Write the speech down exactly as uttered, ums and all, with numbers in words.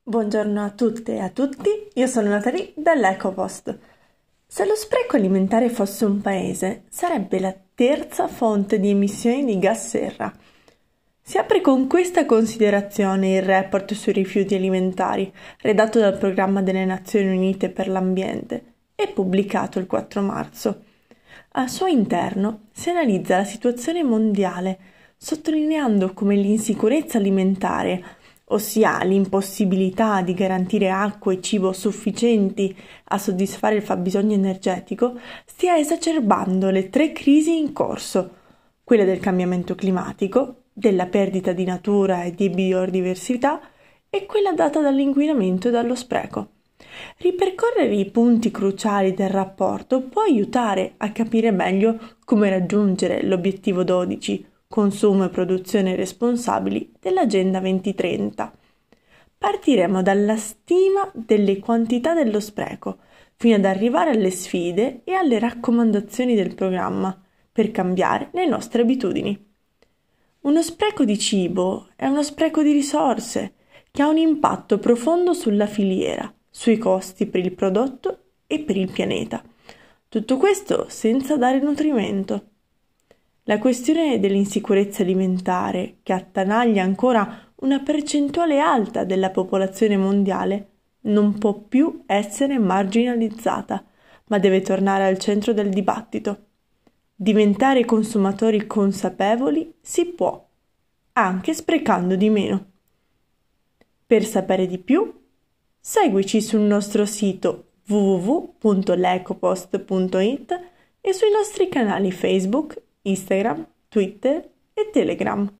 Buongiorno a tutte e a tutti, io sono Natalie dall'Ecopost. Se lo spreco alimentare fosse un paese, sarebbe la terza fonte di emissioni di gas serra. Si apre con questa considerazione il report sui rifiuti alimentari, redatto dal Programma delle Nazioni Unite per l'Ambiente e pubblicato il quattro marzo. Al suo interno si analizza la situazione mondiale, sottolineando come l'insicurezza alimentare, ossia l'impossibilità di garantire acqua e cibo sufficienti a soddisfare il fabbisogno energetico, stia esacerbando le tre crisi in corso, quella del cambiamento climatico, della perdita di natura e di biodiversità e quella data dall'inquinamento e dallo spreco. Ripercorrere i punti cruciali del rapporto può aiutare a capire meglio come raggiungere l'obiettivo dodici, consumo e produzione responsabili, dell'Agenda duemilatrenta. Partiremo dalla stima delle quantità dello spreco, fino ad arrivare alle sfide e alle raccomandazioni del programma per cambiare le nostre abitudini. Uno spreco di cibo è uno spreco di risorse che ha un impatto profondo sulla filiera, sui costi per il prodotto e per il pianeta. Tutto questo senza dare nutrimento. La questione dell'insicurezza alimentare, che attanaglia ancora una percentuale alta della popolazione mondiale, non può più essere marginalizzata, ma deve tornare al centro del dibattito. Diventare consumatori consapevoli si può, anche sprecando di meno. Per sapere di più, seguici sul nostro sito w w w punto l'ecopost punto it e sui nostri canali Facebook, Instagram, Twitter e Telegram.